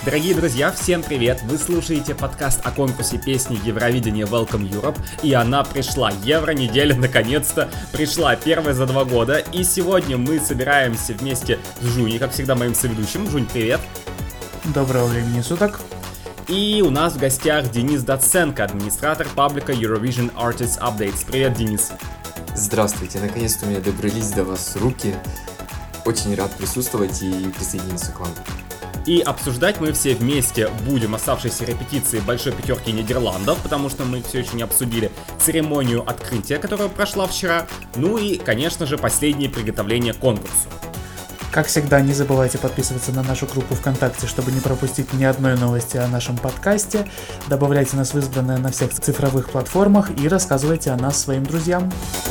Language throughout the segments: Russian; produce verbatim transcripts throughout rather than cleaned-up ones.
Дорогие друзья, всем привет! Вы слушаете подкаст о конкурсе песни Евровидения Welcome Europe, и она пришла. Евро-неделя наконец-то пришла, первая за два года, и сегодня мы собираемся вместе с Жуней, как всегда, моим соведущим. Жунь, привет! Доброго времени суток! И у нас в гостях Денис Доценко, администратор паблика Eurovision Artists Updates. Привет, Денис! Здравствуйте, наконец-то у меня добрались до вас руки. Очень рад присутствовать и присоединиться к вам. И обсуждать мы все вместе будем оставшиеся репетиции Большой Пятерки Нидерландов, потому что мы все еще не обсудили церемонию открытия, которая прошла вчера, ну и, конечно же, последние приготовления к конкурсу. Как всегда, не забывайте подписываться на нашу группу ВКонтакте, чтобы не пропустить ни одной новости о нашем подкасте. Добавляйте нас в избранное на всех цифровых платформах и рассказывайте о нас своим друзьям.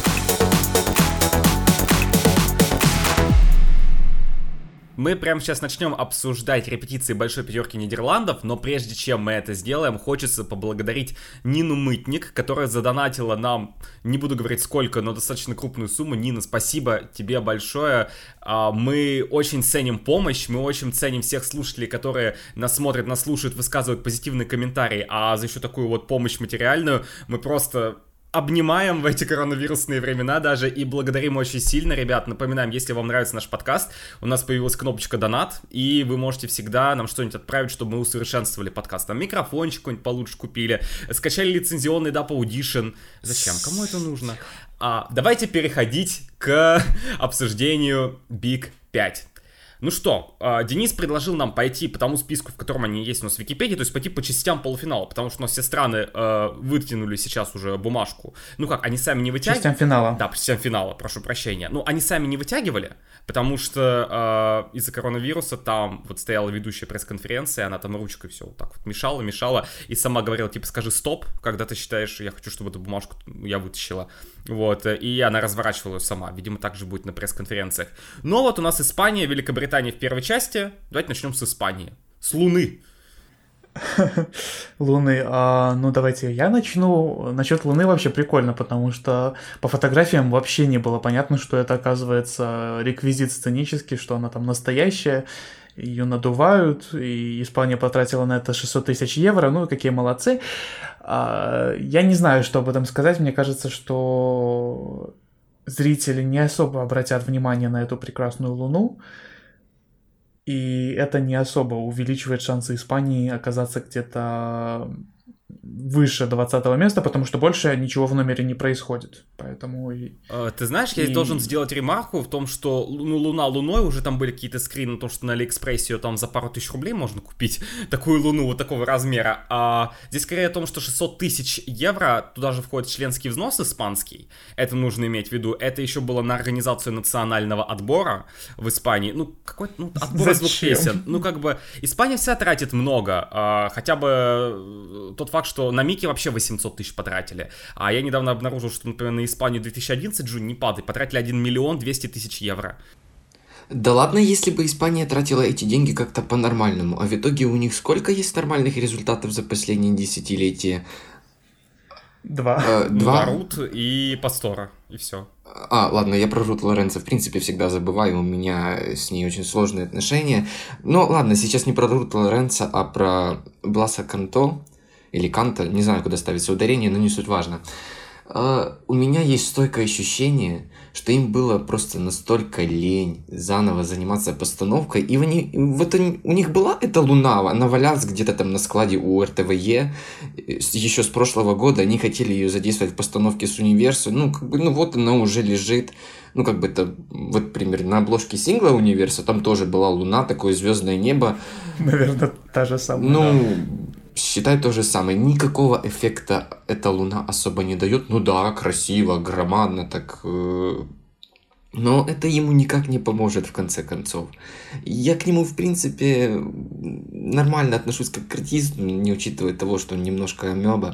Мы прямо сейчас начнем обсуждать репетиции Большой Пятерки Нидерландов, но прежде чем мы это сделаем, хочется поблагодарить Нину Мытник, которая задонатила нам, не буду говорить сколько, но достаточно крупную сумму. Нина, спасибо тебе большое. Мы очень ценим помощь, мы очень ценим всех слушателей, которые нас смотрят, нас слушают, высказывают позитивные комментарии, а за еще такую вот помощь материальную мы просто... обнимаем в эти коронавирусные времена даже и благодарим очень сильно, ребят. Напоминаем, если вам нравится наш подкаст, у нас появилась кнопочка «Донат», и вы можете всегда нам что-нибудь отправить, чтобы мы усовершенствовали подкаст. Там микрофончик какой-нибудь получше купили, скачали лицензионный Dapper Audition. Зачем? Кому это нужно? А, давайте переходить к обсуждению Big пять. Ну что, Денис предложил нам пойти по тому списку, в котором они есть у нас в Википедии, то есть пойти по частям полуфинала, потому что у нас все страны э, вытянули сейчас уже бумажку. Ну как, они сами не вытягивали. Частям финала. Да, по частям финала, прошу прощения. Ну, они сами не вытягивали, потому что э, из-за коронавируса там вот стояла ведущая пресс-конференция, она там ручкой все вот так вот мешала, мешала, и сама говорила, типа, скажи стоп, когда ты считаешь, я хочу, чтобы эту бумажку я вытащила. Вот, и она разворачивала ее сама. Видимо, так же будет на пресс-конференциях. Но вот у нас Испания, Великобритания в первой части. Давайте начнем с Испании. С Луны. Луны. А, ну, давайте я начну. Насчет Луны вообще прикольно, потому что по фотографиям вообще не было понятно, что это, оказывается, реквизит сценический, что она там настоящая. Ее надувают, и Испания потратила на это шестьсот тысяч евро, ну, какие молодцы. А, я не знаю, что об этом сказать, мне кажется, что зрители не особо обратят внимание на эту прекрасную Луну, и это не особо увеличивает шансы Испании оказаться где-то выше двадцатого места, потому что больше ничего в номере не происходит, поэтому... Ты знаешь, я и... должен сделать ремарку в том, что ну, Луна Луной, уже там были какие-то скрины, то, что на Алиэкспрессе ее там за пару тысяч рублей можно купить, такую Луну вот такого размера. А здесь скорее о том, что шестьсот тысяч евро, туда же входит членский взнос испанский, это нужно иметь в виду, это еще было на организацию национального отбора в Испании, ну, какой-то ну, отбор из двух песен, ну, как бы, Испания вся тратит много, а, хотя бы тот факт, что на Мики вообще восемьсот тысяч потратили. А я недавно обнаружил, что, например, на Испанию две тысячи одиннадцать, Джун, не падай, потратили один миллион двести тысяч евро. Да ладно, если бы Испания тратила эти деньги как-то по-нормальному, а в итоге у них сколько есть нормальных результатов за последние десятилетия? Два. Э, два? Рут и Пастора, и все. А, ладно, я про Рут Лоренцо в принципе всегда забываю, у меня с ней очень сложные отношения. Но ладно, сейчас не про Рут Лоренцо, а про Бласа Канто. Или Канта, не знаю, куда ставится ударение, но не суть важно. Uh, у меня есть стойкое ощущение, что им было просто настолько лень заново заниматься постановкой, и они, вот они, у них была эта Луна, она валялась где-то там на складе у эр тэ вэ е, еще с прошлого года, они хотели ее задействовать в постановке с Универсу, ну, как бы, ну вот она уже лежит, ну, как бы это, вот, примерно, на обложке сингла Универса, там тоже была Луна, такое звездное небо. Наверное, та же самая. Ну... Да. Считай то же самое. Никакого эффекта эта Луна особо не дает. Ну да, красиво, громадно, так... Э... Но это ему никак не поможет в конце концов. Я к нему, в принципе, нормально отношусь как к артисту, не учитывая того, что он немножко амеба.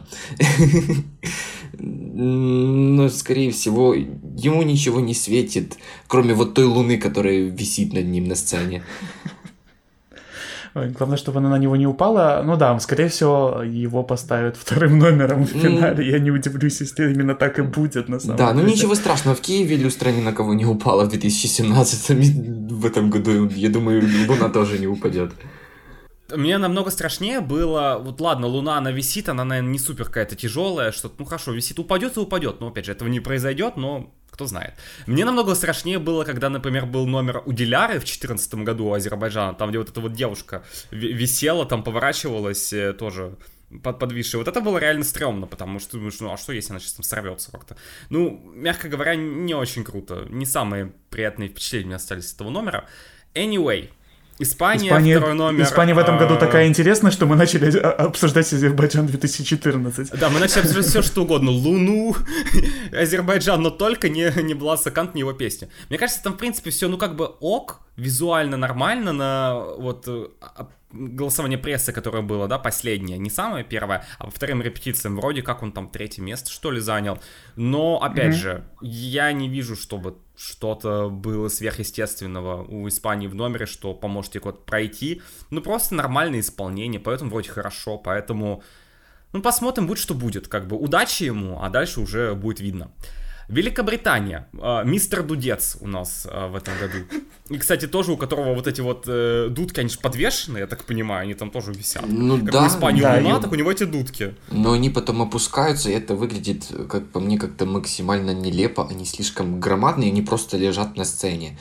Но, скорее всего, ему ничего не светит, кроме вот той Луны, которая висит над ним на сцене. Главное, чтобы она на него не упала. Ну да, скорее всего, его поставят вторым номером в финале. Mm. Я не удивлюсь, если именно так и будет, на самом да, деле. Да, ну ничего страшного. В Киеве люстра ни на кого не упала в две тысячи семнадцатом. В этом году, я думаю, Луна тоже не упадет. Мне намного страшнее было, вот ладно, Луна, она висит, она, наверное, не супер какая-то тяжелая, что, ну хорошо, висит, упадет и упадет, но опять же, этого не произойдет, но кто знает. Мне намного страшнее было, когда, например, был номер у Диляры в две тысячи четырнадцатом году у Азербайджана, там, где вот эта вот девушка висела, там поворачивалась тоже под подвисшей. Вот это было реально стрёмно, потому что думаешь, ну а что, если она сейчас там сорвется как-то? Ну, мягко говоря, не очень круто. Не самые приятные впечатления у меня остались с этого номера. Anyway. Испания, Испания, второй номер. Испания в этом году такая интересная, что мы начали обсуждать Азербайджан две тысячи четырнадцать. Да, мы начали обсуждать все, что угодно. Луну, Азербайджан, но только не, не Бласа Кант, не его песни. Мне кажется, там, в принципе, все, ну, как бы ок, визуально нормально на вот голосование прессы, которое было, да, последнее, не самое первое, а по вторым репетициям вроде как он там третье место, что ли, занял. Но, опять mm-hmm. же, я не вижу, чтобы что-то было сверхъестественного у Испании в номере, что поможет ей куда-то пройти. Ну, просто нормальное исполнение, поэтому вроде хорошо, поэтому... Ну, посмотрим, будет что будет, как бы. Удачи ему, а дальше уже будет видно. Великобритания. Э, мистер Дудец у нас э, в этом году. И, кстати, тоже у которого вот эти вот э, дудки, они же подвешены, я так понимаю, они там тоже висят. Ну как да. в Испании да, Луна, я... так у него эти дудки. Но они потом опускаются, и это выглядит, как по мне, как-то максимально нелепо. Они слишком громадные, они просто лежат на сцене.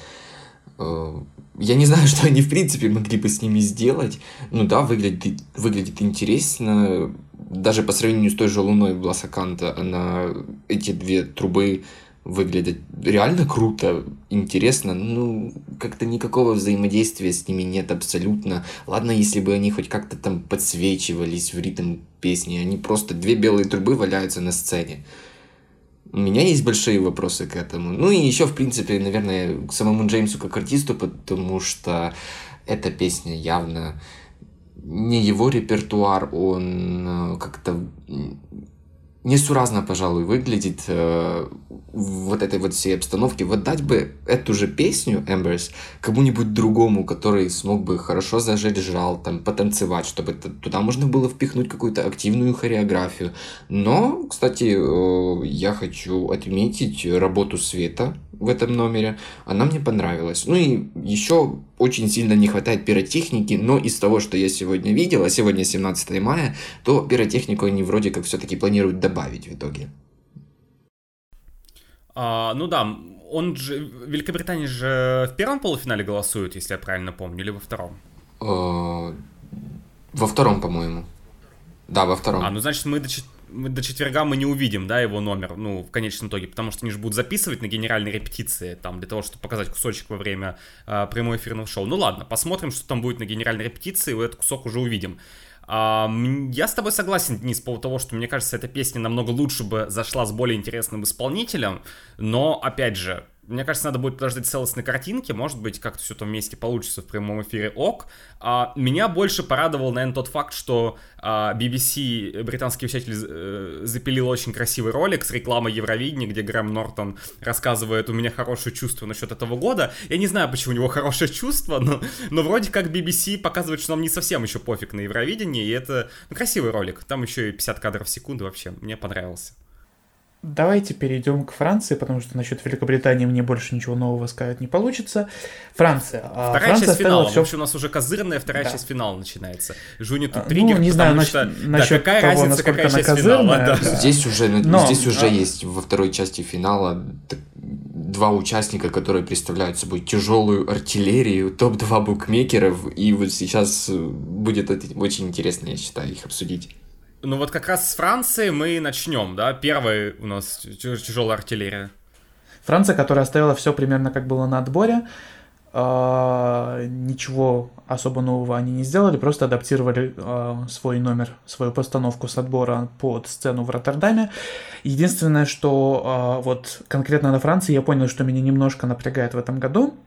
Я не знаю, что они в принципе могли бы с ними сделать. Ну да, выглядит, выглядит интересно. Даже по сравнению с той же Луной Бласа Канта, она, эти две трубы выглядят реально круто, интересно. Ну, как-то никакого взаимодействия с ними нет абсолютно. Ладно, если бы они хоть как-то там подсвечивались в ритм песни. Они просто две белые трубы валяются на сцене. У меня есть большие вопросы к этому. Ну и еще, в принципе, наверное, к самому Джеймсу как артисту, потому что эта песня явно не его репертуар, он как-то несуразно, пожалуй, выглядит э, в вот этой вот всей обстановке. Вот дать бы эту же песню, Embers, кому-нибудь другому, который смог бы хорошо зажечь жал, там, потанцевать, чтобы туда можно было впихнуть какую-то активную хореографию. Но, кстати, э, я хочу отметить работу Света в этом номере. Она мне понравилась. Ну и еще очень сильно не хватает пиротехники, но из того, что я сегодня видел, а сегодня семнадцатое мая, то пиротехнику они вроде как все-таки планируют добавить в итоге. А, ну да, он же, Великобритания же в первом полуфинале голосует, если я правильно помню, или во втором? Во втором, по-моему. Да, во втором. А, ну значит мы до, мы до четверга мы не увидим, да, его номер, ну, в конечном итоге, потому что они же будут записывать на генеральной репетиции, там, для того, чтобы показать кусочек во время э, прямого эфирного шоу. Ну ладно, посмотрим, что там будет на генеральной репетиции, и этот кусок уже увидим. А, я с тобой согласен, Денис, по поводу того, что, мне кажется, эта песня намного лучше бы зашла с более интересным исполнителем, но, опять же, мне кажется, надо будет подождать целостной картинки, может быть, как-то все там вместе получится в прямом эфире ок. А, меня больше порадовал, наверное, тот факт, что а, би би си, британский вещатель, э, запилил очень красивый ролик с рекламой Евровидения, где Грэм Нортон рассказывает: у меня хорошее чувство насчет этого года. Я не знаю, почему у него хорошее чувство, но, но вроде как би би си показывает, что нам не совсем еще пофиг на Евровидение, и это ну, красивый ролик. Там еще и пятьдесят кадров в секунду вообще, мне понравился. Давайте перейдем к Франции, потому что насчет Великобритании мне больше ничего нового сказать не получится. Франция. Вторая Франция часть финала. Все... В общем, у нас уже козырная вторая да. часть финала начинается. Жуни тут ну, триггер, не знаю, потому нач... что насчет да, какая того, разница, насколько какая она часть козырная. финала. Да. Здесь уже, Но, здесь уже а... есть во второй части финала два участника, которые представляют собой тяжелую артиллерию, топ-два букмекеров, и вот сейчас будет очень интересно, я считаю, их обсудить. Ну вот как раз с Франции мы начнем, да? Первая у нас тяжелая артиллерия. Франция, которая оставила все примерно как было на отборе. Э-э- ничего особо нового они не сделали, просто адаптировали э- свой номер, свою постановку с отбора под сцену в Роттердаме. Единственное, что э- вот конкретно на Франции я понял, что меня немножко напрягает в этом году.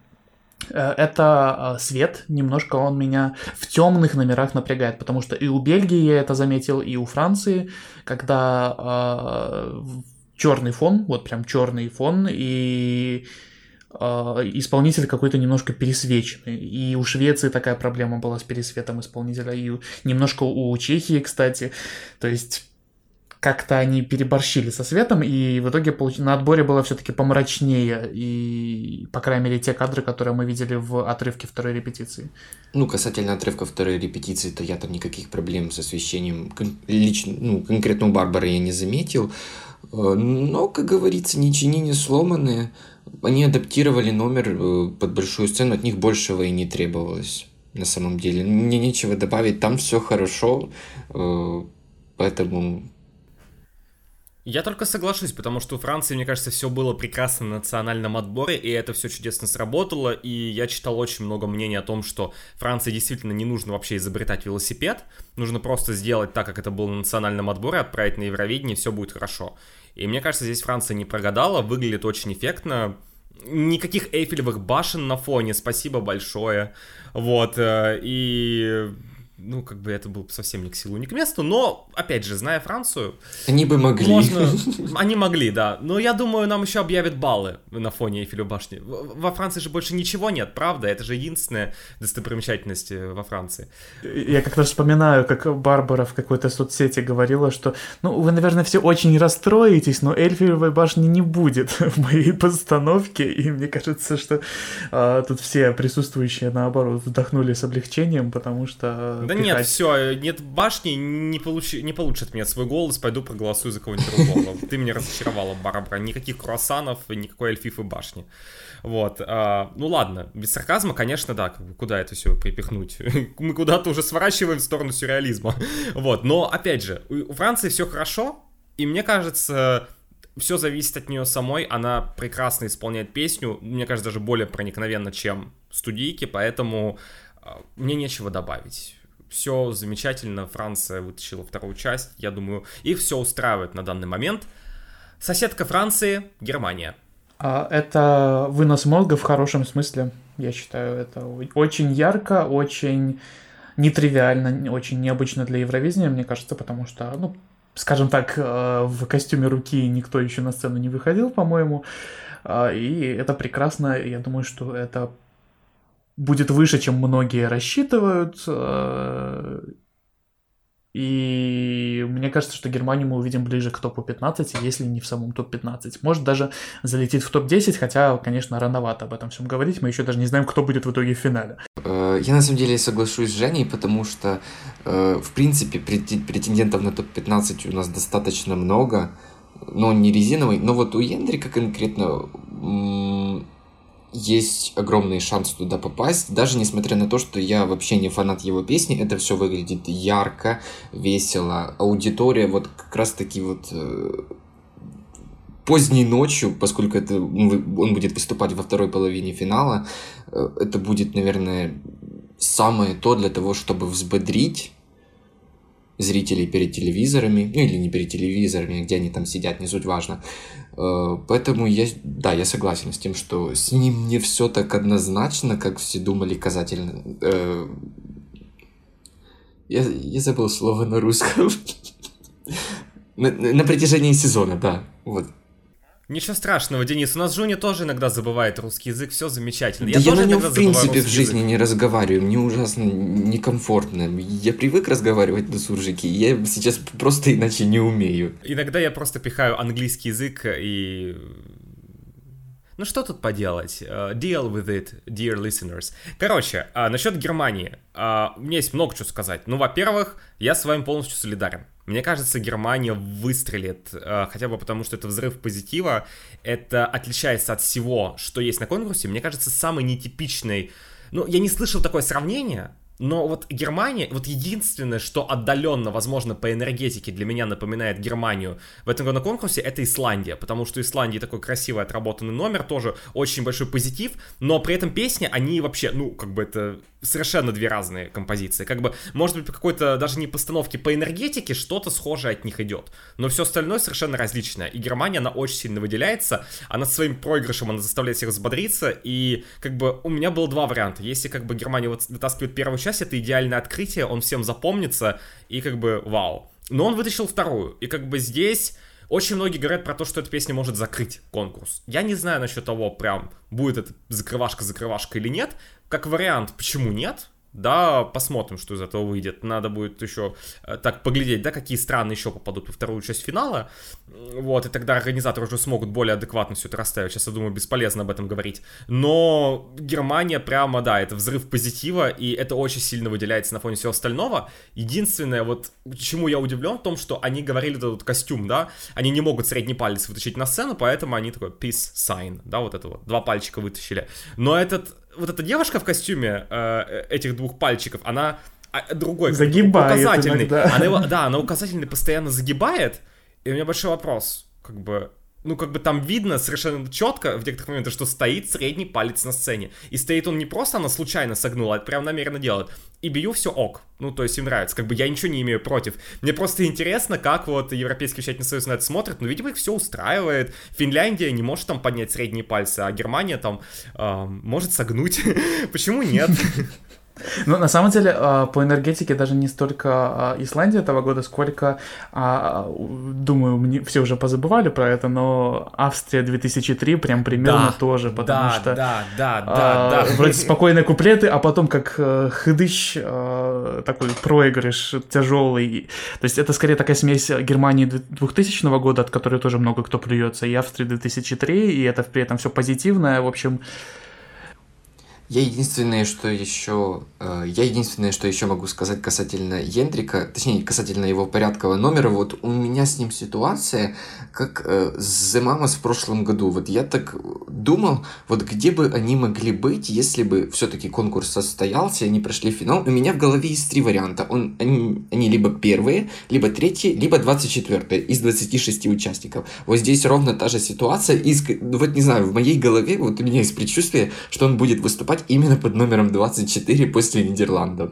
Это свет, немножко он меня в темных номерах напрягает, потому что и у Бельгии я это заметил, и у Франции, когда э, черный фон, вот прям черный фон, и э, исполнитель какой-то немножко пересвеченный. И у Швеции такая проблема была с пересветом исполнителя, и немножко у Чехии, кстати. То есть как-то они переборщили со светом, и в итоге получ... на отборе было все-таки помрачнее, и, по крайней мере, те кадры, которые мы видели в отрывке второй репетиции. Ну, касательно отрывка второй репетиции, то я там никаких проблем с освещением кон- лично, ну, конкретно у Барбары я не заметил. Но, как говорится, ни чини, ни сломанные. Они адаптировали номер под большую сцену, от них большего и не требовалось. На самом деле, мне нечего добавить, там все хорошо, поэтому... Я только соглашусь, потому что у Франции, мне кажется, все было прекрасно на национальном отборе, и это все чудесно сработало, и я читал очень много мнений о том, что Франции действительно не нужно вообще изобретать велосипед, нужно просто сделать так, как это было на национальном отборе, отправить на Евровидение, и все будет хорошо. И мне кажется, здесь Франция не прогадала, выглядит очень эффектно. Никаких эйфелевых башен на фоне, спасибо большое. Вот, и... Ну, как бы это было совсем не к силу, не к месту, но, опять же, зная Францию... Они бы могли. Можно... Они могли, да. Но я думаю, нам еще объявят баллы на фоне Эйфелевой башни. Во Франции же больше ничего нет, правда? Это же единственная достопримечательность во Франции. Я как-то вспоминаю, как Барбара в какой-то соцсети говорила, что, ну, вы, наверное, все очень расстроитесь, но Эйфелевой башни не будет в моей постановке, и мне кажется, что а, тут все присутствующие, наоборот, вздохнули с облегчением, потому что... Да нет, все, нет башни, не, получи, не получит меня свой голос, пойду проголосую за кого-нибудь другого. Ты меня разочаровала, Барбара. Никаких круассанов, никакой эльфифы башни. Вот, а, ну ладно, без сарказма, конечно, да, куда это все припихнуть? Мы куда-то уже сворачиваем в сторону сюрреализма. Вот, но, опять же, у Франции все хорошо, и мне кажется... Все зависит от нее самой, она прекрасно исполняет песню, мне кажется, даже более проникновенно, чем студийки, поэтому э, мне нечего добавить. Все замечательно, Франция вытащила вторую часть, я думаю, их все устраивает на данный момент. Соседка Франции — Германия. Это вынос мозга в хорошем смысле, я считаю, это очень ярко, очень нетривиально, очень необычно для Евровидения, мне кажется, потому что, ну, скажем так, в костюме руки никто еще на сцену не выходил, по-моему, и это прекрасно, я думаю, что это будет выше, чем многие рассчитывают, и мне кажется, что Германию мы увидим ближе к топу пятнадцать, если не в самом топ пятнадцать. Может, даже залетит в топ десять, хотя, конечно, рановато об этом всем говорить, мы еще даже не знаем, кто будет в итоге в финале. Я на самом деле соглашусь с Женей, потому что, в принципе, претендентов на топ пятнадцать у нас достаточно много, но не резиновый, но вот у Ендрика конкретно... есть огромный шанс туда попасть, даже несмотря на то, что я вообще не фанат его песни, это все выглядит ярко, весело, аудитория вот как раз-таки вот э, поздней ночью, поскольку это, он будет выступать во второй половине финала, э, это будет, наверное, самое то для того, чтобы взбодрить зрителей перед телевизорами, ну или не перед телевизорами, где они там сидят, не суть важно. Поэтому я, да, я согласен с тем, что с ним не все так однозначно, как все думали касательно... Я, я забыл слово на русском. на, на протяжении сезона, да, вот. Ничего страшного, Денис, у нас Жуня тоже иногда забывает русский язык, все замечательно. Да я, я тоже на нем, в принципе, в жизни язык. не разговариваю, мне ужасно некомфортно. Я привык разговаривать на суржике, я сейчас просто иначе не умею. Иногда я просто пихаю английский язык и... Ну что тут поделать? Uh, deal with it, dear listeners. Короче, uh, насчет Германии. Uh, у меня есть много чего сказать. Ну, во-первых, я с вами полностью солидарен. Мне кажется, Германия выстрелит, uh, хотя бы потому, что это взрыв позитива. Это отличается от всего, что есть на конкурсе. Мне кажется, самый нетипичный... Ну, я не слышал такое сравнение, но вот Германия, вот единственное, что отдаленно, возможно, по энергетике для меня напоминает Германию в этом году на конкурсе, это Исландия, потому что Исландия такой красивый отработанный номер, тоже очень большой позитив, но при этом песни, они вообще, ну, как бы это совершенно две разные композиции, как бы, может быть, по какой-то даже не постановке, по энергетике что-то схожее от них идет, но все остальное совершенно различное, и Германия, она очень сильно выделяется, она своим проигрышем, она заставляет всех взбодриться, и как бы у меня было два варианта, если как бы Германия вот вытаскивает первую часть, это идеальное открытие, он всем запомнится, и как бы вау. Но он вытащил вторую, и как бы здесь очень многие говорят про то, что эта песня может закрыть конкурс. Я не знаю насчет того, прям будет это закрывашка-закрывашка или нет. Как вариант, почему нет? Да, посмотрим, что из этого выйдет. Надо будет еще э, так поглядеть, да, какие страны еще попадут во вторую часть финала. Вот, и тогда организаторы уже смогут более адекватно все это расставить. Сейчас, я думаю, бесполезно об этом говорить. Но Германия прямо, да, это взрыв позитива, и это очень сильно выделяется на фоне всего остального. Единственное, вот, чему я удивлен, в том, что они говорили этот вот костюм, да, они не могут средний палец вытащить на сцену, поэтому они такой peace sign, да, вот это вот, два пальчика вытащили. Но этот... Вот эта девушка в костюме э, этих двух пальчиков, она а, другой, загибает указательный. Иногда. Она его, да, она указательный постоянно загибает. И у меня большой вопрос, как бы, ну как бы там видно совершенно четко в некоторых моментах, что стоит средний палец на сцене. И стоит он не просто, она случайно согнула, а это прям намеренно делает. И бью все ок. Ну, то есть им нравится. Как бы я ничего не имею против. Мне просто интересно, как вот Европейский вещательный союз на это смотрит. Ну, видимо, их все устраивает. Финляндия не может там поднять средние пальцы, а Германия там э, может согнуть. Почему нет? Ну, на самом деле, по энергетике даже не столько Исландия этого года, сколько, думаю, мне все уже позабывали про это, но Австрия две тысячи три прям примерно Да, тоже, потому да, что да, да, да, а, да. вроде спокойные куплеты, а потом как э, хыдыщ, э, такой проигрыш тяжелый. То есть это скорее такая смесь Германии двухтысячного года, от которой тоже много кто плюется, и Австрии две тысячи три, и это при этом все позитивное, в общем... Я единственное, что еще, э, я единственное, что еще могу сказать касательно Йендрика, точнее, касательно его порядкового номера, вот у меня с ним ситуация, как э, с The Mamas в прошлом году. Вот я так думал, вот где бы они могли быть, если бы все-таки конкурс состоялся, и они прошли финал. У меня в голове есть три варианта. Он, они, они либо первые, либо третьи, либо двадцать четвёртые из двадцати шести участников. Вот здесь ровно та же ситуация. И, вот не знаю, в моей голове, вот у меня есть предчувствие, что он будет выступать именно под номером двадцать четыре после Нидерландов.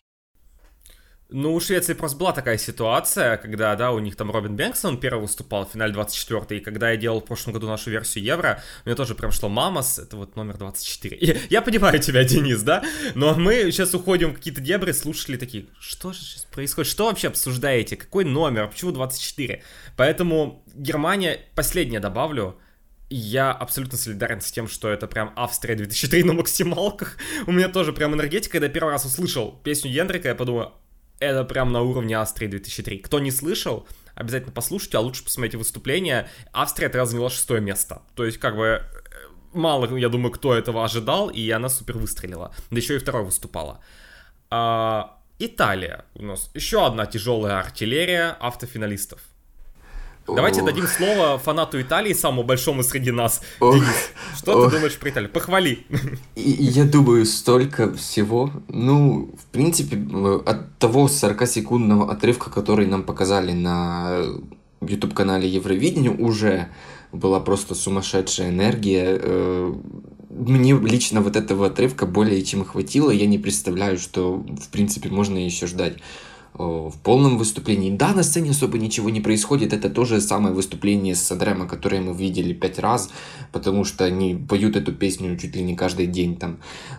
Ну, у Швеции просто была такая ситуация, когда, да, у них там Робин Бенксон первый выступал в финале двадцать четвёртый, и когда я делал в прошлом году нашу версию Евро, у меня тоже прям шло Мамас, это вот номер двадцать четыре. Я, я понимаю тебя, Денис, да? Но мы сейчас уходим в какие-то дебри, слушатели такие, что же сейчас происходит? Что вообще обсуждаете? Какой номер? Почему двадцать четыре? Поэтому Германия, последнее добавлю, я абсолютно солидарен с тем, что это прям Австрия две тысячи три на максималках. У меня тоже прям энергетика, когда я первый раз услышал песню Йендрика, я подумал, это прям на уровне Австрии две тысячи три. Кто не слышал, обязательно послушайте, а лучше посмотрите выступление. Австрия тогда заняла шестое место. То есть, как бы, мало, я думаю, кто этого ожидал, и она супер выстрелила. Да еще и второй выступала. А, Италия у нас. Еще одна тяжелая артиллерия автофиналистов. Давайте Ох. дадим слово фанату Италии, самому большому среди нас. Ох. Денис, что Ох. ты думаешь про Италию? Похвали. И, и я думаю, столько всего. Ну, в принципе, от того сорокасекундного отрывка, который нам показали на YouTube-канале Евровидения, уже была просто сумасшедшая энергия. Мне лично вот этого отрывка более чем хватило. Я не представляю, что, в принципе, можно еще ждать в полном выступлении. Да, на сцене особо ничего не происходит. Это то же самое выступление с Санремо, которое мы видели пять раз, потому что они поют эту песню чуть ли не каждый день там.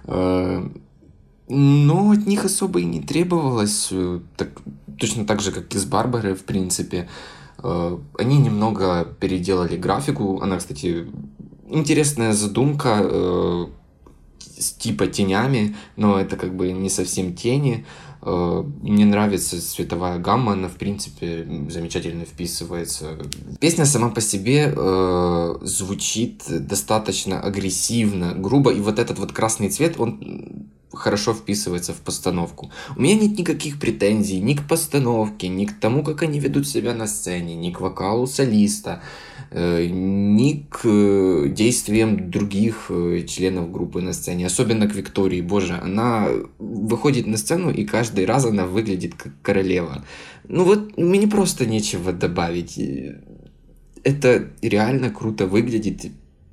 Но от них особо и не требовалось. Так, точно так же, как и с Барбарой, в принципе. Они немного переделали графику. Она, кстати, интересная задумка с типа тенями, но это как бы не совсем тени. Мне нравится цветовая гамма, она, в принципе, замечательно вписывается. Песня сама по себе э, звучит достаточно агрессивно, грубо, и вот этот вот красный цвет, он хорошо вписывается в постановку. У меня нет никаких претензий ни к постановке, ни к тому, как они ведут себя на сцене, ни к вокалу солиста, э, ни к действиям других членов группы на сцене, особенно к Виктории. Боже, она выходит на сцену, и каждый раз она выглядит как королева. Ну вот, мне просто нечего добавить. Это реально круто выглядит.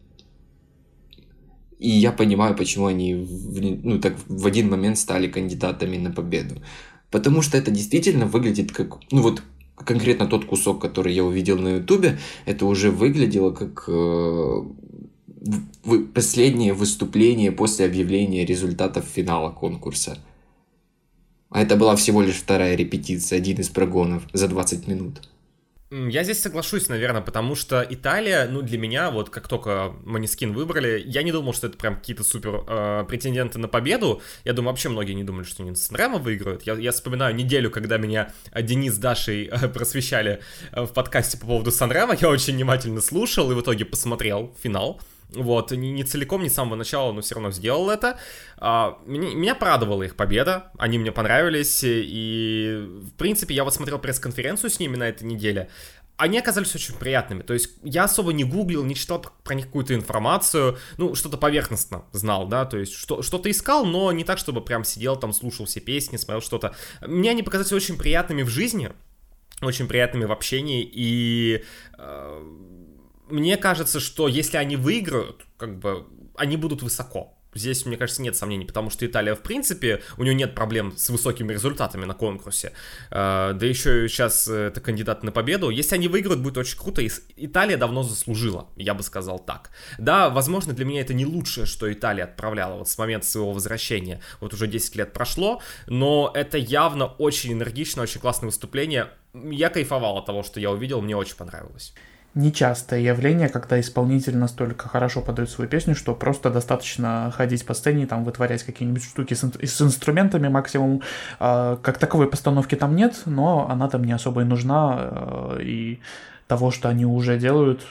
И я понимаю, почему они в, ну, так, в один момент стали кандидатами на победу. Потому что это действительно выглядит как... Ну вот конкретно тот кусок, который я увидел на Ютубе, это уже выглядело как э, в, последнее выступление после объявления результатов финала конкурса. А это была всего лишь вторая репетиция, один из прогонов за двадцать минут. Я здесь соглашусь, наверное, потому что Италия, ну, для меня, вот как только Måneskin выбрали, я не думал, что это прям какие-то супер э, претенденты на победу. Я думаю, вообще многие не думали, что они Санремо выиграют. Я, я вспоминаю неделю, когда меня Денис с Дашей э, просвещали э, в подкасте по поводу Санремо. Я очень внимательно слушал и в итоге посмотрел финал. Вот, не, не целиком, не с самого начала, но все равно сделал это. А, меня, меня порадовала их победа, они мне понравились, и, в принципе, я вот смотрел пресс-конференцию с ними на этой неделе, они оказались очень приятными, то есть я особо не гуглил, не читал про них какую-то информацию, ну, что-то поверхностно знал, да, то есть что, что-то искал, но не так, чтобы прям сидел там, слушал все песни, смотрел что-то. Мне они показались очень приятными в жизни, очень приятными в общении, и... Э- Мне кажется, что если они выиграют, как бы, они будут высоко. Здесь, мне кажется, нет сомнений, потому что Италия, в принципе, у нее нет проблем с высокими результатами на конкурсе. Да еще сейчас это кандидат на победу. Если они выиграют, будет очень круто. Италия давно заслужила, я бы сказал так. Да, возможно, для меня это не лучшее, что Италия отправляла вот с момента своего возвращения. Вот уже десять лет прошло, но это явно очень энергичное, очень классное выступление. Я кайфовал от того, что я увидел, мне очень понравилось. Нечастое явление, когда исполнитель настолько хорошо подает свою песню, что просто достаточно ходить по сцене, там, вытворять какие-нибудь штуки с, с инструментами максимум. Как таковой постановки там нет, но она там не особо и нужна, и того, что они уже делают,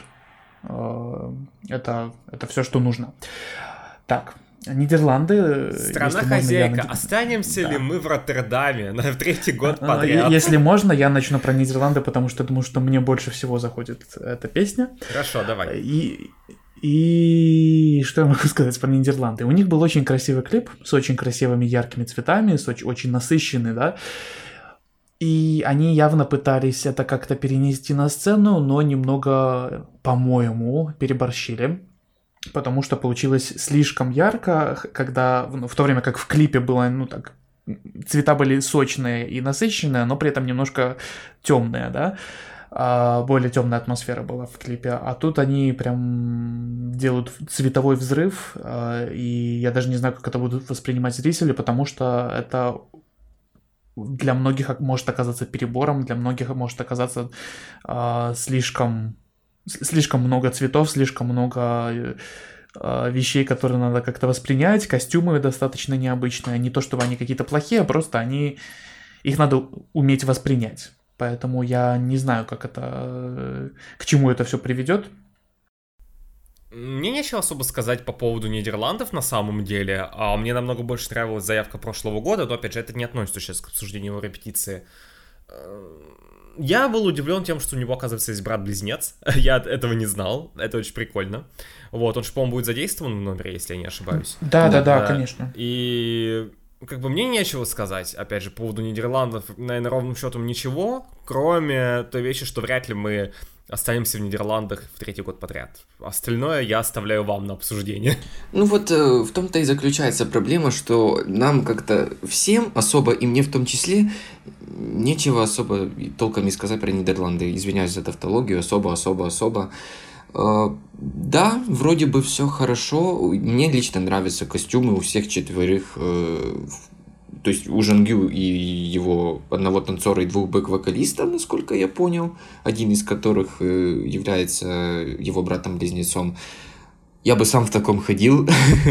это, это все, что нужно. Так, Нидерланды... Страна-хозяйка, можно, останемся да. ли мы в Роттердаме на третий год подряд? Если можно, я начну про Нидерланды, потому что думаю, что мне больше всего заходит эта песня. Хорошо, давай. И, и что я могу сказать про Нидерланды? У них был очень красивый клип с очень красивыми яркими цветами, с очень, очень насыщенный, да. И они явно пытались это как-то перенести на сцену, но немного, по-моему, переборщили. Потому что получилось слишком ярко, когда, ну, в то время как в клипе было, ну так, цвета были сочные и насыщенные, но при этом немножко темные, да, а, более темная атмосфера была в клипе, а тут они прям делают цветовой взрыв, а, и я даже не знаю, как это будут воспринимать зрители, потому что это для многих может оказаться перебором, для многих может оказаться а, слишком... Слишком много цветов, слишком много э, вещей, которые надо как-то воспринять. Костюмы достаточно необычные. Не то, чтобы они какие-то плохие, а просто они... Их надо уметь воспринять. Поэтому я не знаю, как это... К чему это все приведет. Мне нечего особо сказать по поводу Нидерландов на самом деле. А мне намного больше нравилась заявка прошлого года, но, опять же, это не относится сейчас к обсуждению его репетиции. Я был удивлен тем, что у него, оказывается, есть брат-близнец. Я этого не знал. Это очень прикольно. Вот, он же, по-моему, будет задействован в номере, если я не ошибаюсь. Да, да, да, да, конечно. И как бы мне нечего сказать, опять же, по поводу Нидерландов. Наверное, ровным счетом ничего, кроме той вещи, что вряд ли мы останемся в Нидерландах в третий год подряд. Остальное я оставляю вам на обсуждение. Ну вот э, в том-то и заключается проблема, что нам как-то всем, особо и мне в том числе, нечего особо толком и сказать про Нидерланды. Извиняюсь за тавтологию, особо-особо-особо. Э, да, вроде бы все хорошо. Мне лично нравятся костюмы у всех четверых. Э, то есть у Жангю и его одного танцора и двух бэк-вокалистов, насколько я понял, один из которых является его братом-близнецом. Я бы сам в таком ходил,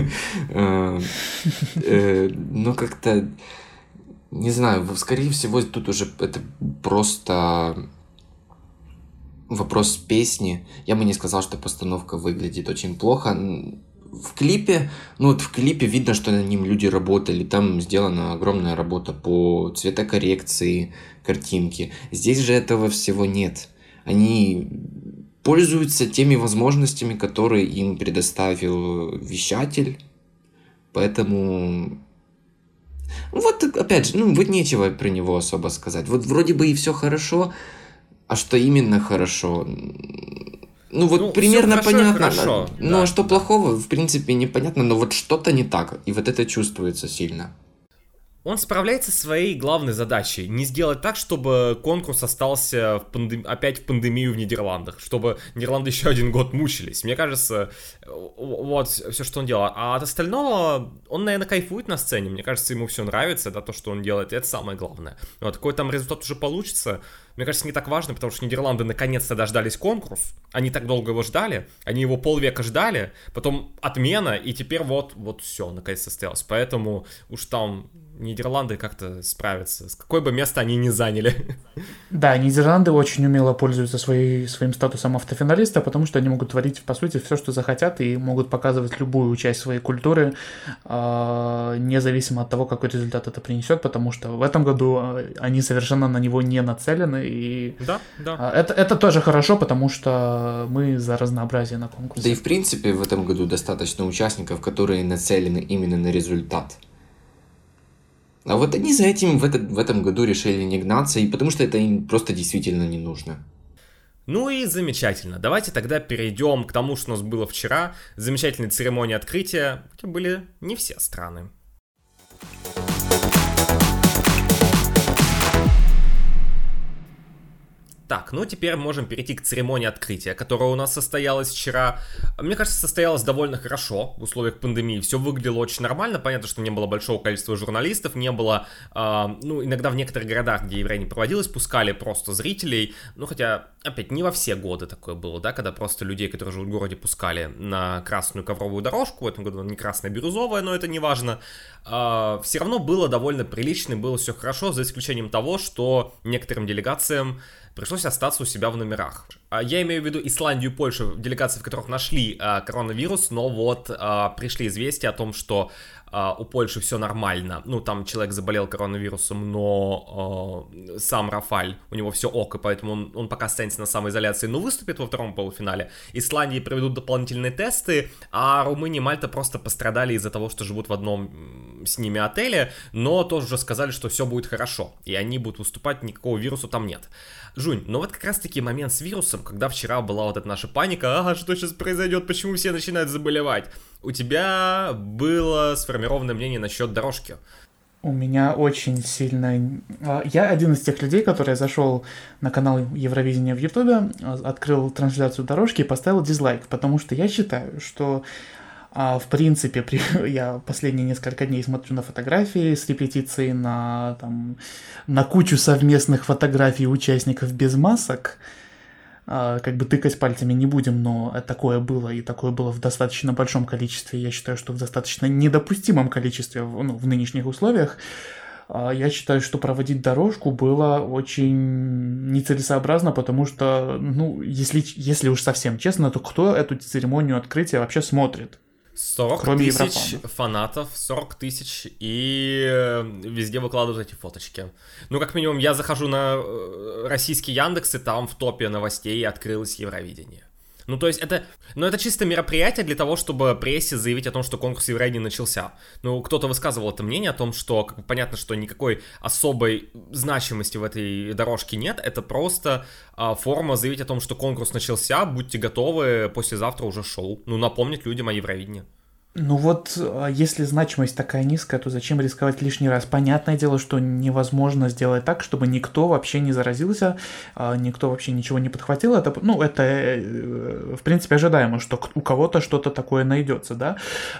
но как-то, не знаю, скорее всего, тут уже это просто вопрос песни. Я бы не сказал, что постановка выглядит очень плохо. В клипе, ну вот в клипе видно, что над ним люди работали, там сделана огромная работа по цветокоррекции картинки. Здесь же этого всего нет. Они пользуются теми возможностями, которые им предоставил вещатель, поэтому... Ну вот, опять же, ну вот нечего про него особо сказать. Вот вроде бы и все хорошо, а что именно хорошо... Ну вот ну, примерно хорошо, понятно, хорошо, но да. Что плохого, в принципе, непонятно, но вот что-то не так, и вот это чувствуется сильно. Он справляется со своей главной задачей, не сделать так, чтобы конкурс остался в пандем... опять в пандемию в Нидерландах, чтобы Нидерланды еще один год мучились. Мне кажется, вот все, что он делал. А от остального он, наверное, кайфует на сцене, мне кажется, ему все нравится, да, то, что он делает, и это самое главное. Вот какой там результат уже получится, мне кажется, не так важно, потому что Нидерланды наконец-то дождались конкурс, они так долго его ждали, они его полвека ждали, потом отмена, и теперь вот, вот все, наконец состоялось. Поэтому уж там Нидерланды как-то справятся, с какое бы место они ни заняли. Да, Нидерланды очень умело пользуются своей, своим статусом автофиналиста, потому что они могут творить, по сути, все, что захотят, и могут показывать любую часть своей культуры, э, независимо от того, какой результат это принесет, потому что в этом году они совершенно на него не нацелены, и да, да. Это, это тоже хорошо, потому что мы за разнообразие на конкурсе. Да и в принципе в этом году достаточно участников, которые нацелены именно на результат. А вот они за этим в, этот, в этом году решили не гнаться, и потому что это им просто действительно не нужно. Ну и замечательно. Давайте тогда перейдем к тому, что у нас было вчера. Замечательная церемония открытия, где были не все страны. Так, ну теперь можем перейти к церемонии открытия, которая у нас состоялась вчера. Мне кажется, состоялась довольно хорошо в условиях пандемии. Все выглядело очень нормально. Понятно, что не было большого количества журналистов, не было... Э, ну, иногда в некоторых городах, где Евровидение не проводилось, пускали просто зрителей. Ну, хотя, опять, не во все годы такое было, да, когда просто людей, которые живут в городе, пускали на красную ковровую дорожку. В этом году не красная, а бирюзовая, но это не важно. Э, все равно было довольно прилично, было все хорошо, за исключением того, что некоторым делегациям пришлось остаться у себя в номерах. Я имею в виду Исландию и Польшу, делегации, в которых нашли а, коронавирус, но вот а, пришли известия о том, что а, у Польши все нормально. Ну, там человек заболел коронавирусом, но а, сам Рафаль, у него все ок, и поэтому он, он пока останется на самоизоляции, но выступит во втором полуфинале. Исландии проведут дополнительные тесты, а Румыния и Мальта просто пострадали из-за того, что живут в одном с ними отеле, но тоже уже сказали, что все будет хорошо, и они будут выступать, никакого вируса там нет. Жунь, но вот как раз-таки момент с вирусом, когда вчера была вот эта наша паника, ага, что сейчас произойдет, почему все начинают заболевать, у тебя было сформированное мнение насчет дорожки. У меня очень сильно... Я один из тех людей, который зашел на канал Евровидения в Ютубе, открыл трансляцию дорожки и поставил дизлайк, потому что я считаю, что в принципе при... я последние несколько дней смотрю на фотографии с репетицией, на, там, на кучу совместных фотографий участников без масок. Как бы тыкать пальцами не будем, но такое было, и такое было в достаточно большом количестве. Я считаю, что в достаточно недопустимом количестве, ну, в нынешних условиях. Я считаю, что проводить дорожку было очень нецелесообразно, потому что, ну, если, если уж совсем честно, то кто эту церемонию открытия вообще смотрит? сорок тысяч фанатов, сорок тысяч, и везде выкладывают эти фоточки. Ну, как минимум, я захожу на российский Яндекс, и там в топе новостей открылось Евровидение. Ну, то есть это, ну, это чисто мероприятие для того, чтобы прессе заявить о том, что конкурс Евровидения начался. Ну, кто-то высказывал это мнение о том, что, как бы, понятно, что никакой особой значимости в этой дорожке нет, это просто а, форма заявить о том, что конкурс начался, будьте готовы, послезавтра уже шоу. Ну, напомнить людям о Евровидении. Ну вот, если значимость такая низкая, то зачем рисковать лишний раз? Понятное дело, что невозможно сделать так, чтобы никто вообще не заразился, никто вообще ничего не подхватил. Это, ну, это, в принципе, ожидаемо, что у кого-то что-то такое найдется, да?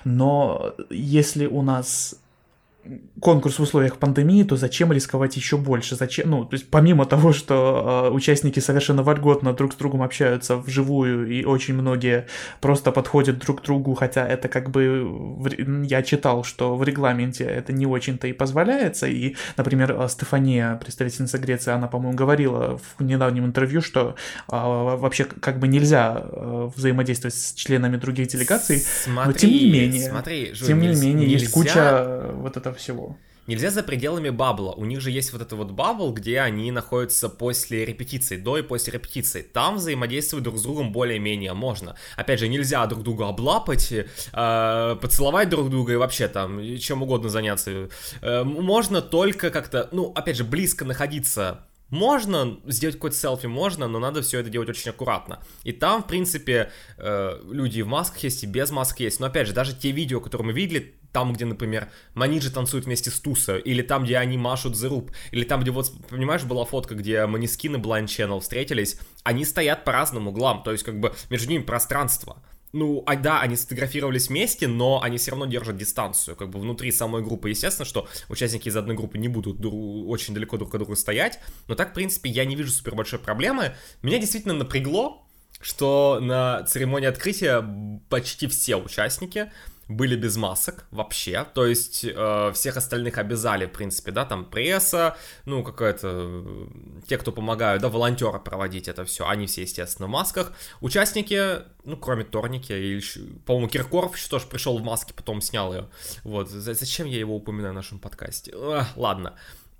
Но если у нас конкурс в условиях пандемии, то зачем рисковать еще больше? Зачем? Ну, то есть помимо того, что э, участники совершенно вольготно друг с другом общаются вживую, и очень многие просто подходят друг к другу, хотя это как бы, в, я читал, что в регламенте это не очень-то и позволяется, и, например, Стефания, представительница Греции, она, по-моему, говорила в недавнем интервью, что э, вообще как бы нельзя э, взаимодействовать с членами других делегаций, смотри, но тем не менее, смотри, Жуль, тем не нельзя, менее, есть нельзя... куча вот этого всего. Нельзя за пределами бабла. У них же есть вот этот вот бабл, где они находятся после репетиции, до и после репетиции. Там взаимодействовать друг с другом более-менее можно. Опять же, нельзя друг друга облапать, э, поцеловать друг друга и вообще там чем угодно заняться. Э, можно только как-то, ну, опять же, близко находиться. Можно сделать какой-то селфи, можно, но надо все это делать очень аккуратно. И там, в принципе, э, люди в масках есть и без масок есть. Но, опять же, даже те видео, которые мы видели, там, где, например, Маниджи танцует вместе с Туса, или там, где они машут The Roop, или там, где, вот, понимаешь, была фотка, где Måneskin и Blind Channel встретились, они стоят по разным углам, то есть, как бы, между ними пространство. Ну, а да, они сфотографировались вместе, но они все равно держат дистанцию. Как бы внутри самой группы, естественно, что участники из одной группы не будут дру- очень далеко друг от друга стоять. Но так, в принципе, я не вижу супер большой проблемы. Меня действительно напрягло, что на церемонии открытия почти все участники были без масок вообще, то есть э, всех остальных обязали, в принципе, да, там пресса, ну, какая-то, те, кто помогают, да, волонтеры проводить это все, они все, естественно, в масках. Участники, ну, кроме Торники, и, по-моему, Киркоров еще тоже пришел в маске, потом снял ее, вот, зачем я его упоминаю в нашем подкасте? Эх, ладно.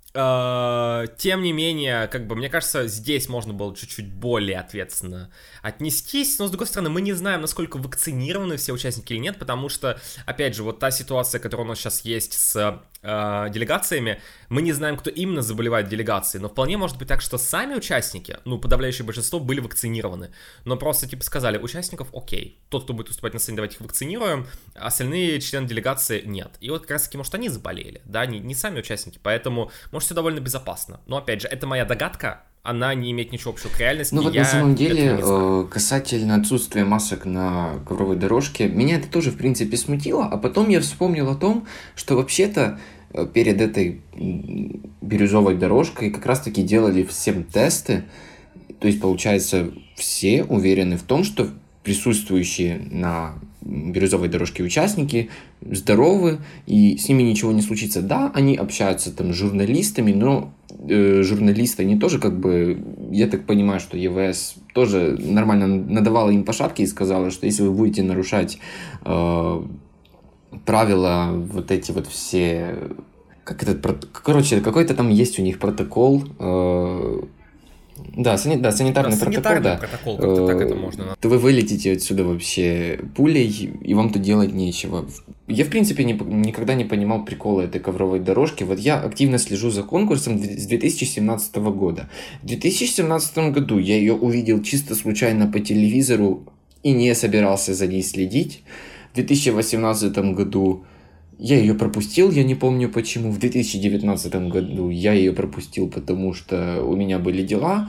Тем не менее, как бы, мне кажется, здесь можно было чуть-чуть более ответственно отнестись, но, с другой стороны, мы не знаем, насколько вакцинированы все участники или нет, потому что, опять же, вот та ситуация, которая у нас сейчас есть с э, делегациями, мы не знаем, кто именно заболевает в делегации, но вполне может быть так, что сами участники, ну, подавляющее большинство, были вакцинированы, но просто, типа, сказали, участников, окей, тот, кто будет выступать на сцене, давайте их вакцинируем, а остальные члены делегации нет. И вот как раз-таки, может, они заболели, да, не, не сами участники, поэтому, может, все довольно безопасно. Но, опять же, это моя догадка, она не имеет ничего общего к реальности. Ну вот я на самом деле, касательно отсутствия масок на ковровой дорожке, меня это тоже, в принципе, смутило, а потом я вспомнил о том, что вообще-то перед этой бирюзовой дорожкой как раз-таки делали всем тесты, то есть, получается, все уверены в том, что присутствующие на бирюзовой дорожке участники здоровы, и с ними ничего не случится. Да, они общаются там с журналистами, но э, журналисты, они тоже как бы, я так понимаю, что ЕВС тоже нормально надавала им по шапке и сказала, что если вы будете нарушать э, правила, вот эти вот все, как этот, короче, какой-то там есть у них протокол, э, Да, сани... да, санитарный, да, протокол, санитарный да. протокол, как-то так это можно. То вы вылетите отсюда вообще пулей, и вам тут делать нечего. Я, в принципе, не, никогда не понимал прикола этой ковровой дорожки. Вот я активно слежу за конкурсом с две тысячи семнадцатого года. В две тысячи семнадцатом году я ее увидел чисто случайно по телевизору и не собирался за ней следить. В две тысячи восемнадцатом году я ее пропустил, я не помню почему. В две тысячи девятнадцатом году я ее пропустил, потому что у меня были дела.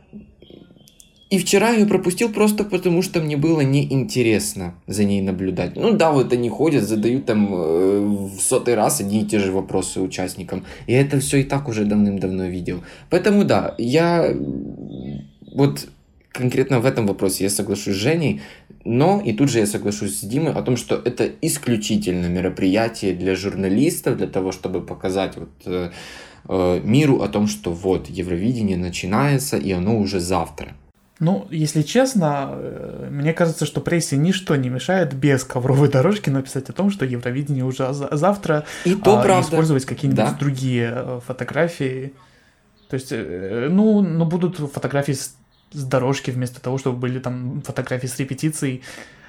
И вчера я ее пропустил просто потому, что мне было неинтересно за ней наблюдать. Ну да, вот они ходят, задают там э, в сотый раз одни и те же вопросы участникам. Я это все и так уже давным-давно видел. Поэтому да, я вот конкретно в этом вопросе я соглашусь с Женей, но и тут же я соглашусь с Димой о том, что это исключительно мероприятие для журналистов, для того, чтобы показать вот, э, э, миру о том, что вот Евровидение начинается и оно уже завтра. Ну, если честно, мне кажется, что прессе ничто не мешает без ковровой дорожки написать о том, что Евровидение уже завтра, и то а, правда. Использовать какие-нибудь да? другие фотографии. То есть, ну, ну будут фотографии с, с дорожки вместо того, чтобы были там фотографии с репетицией,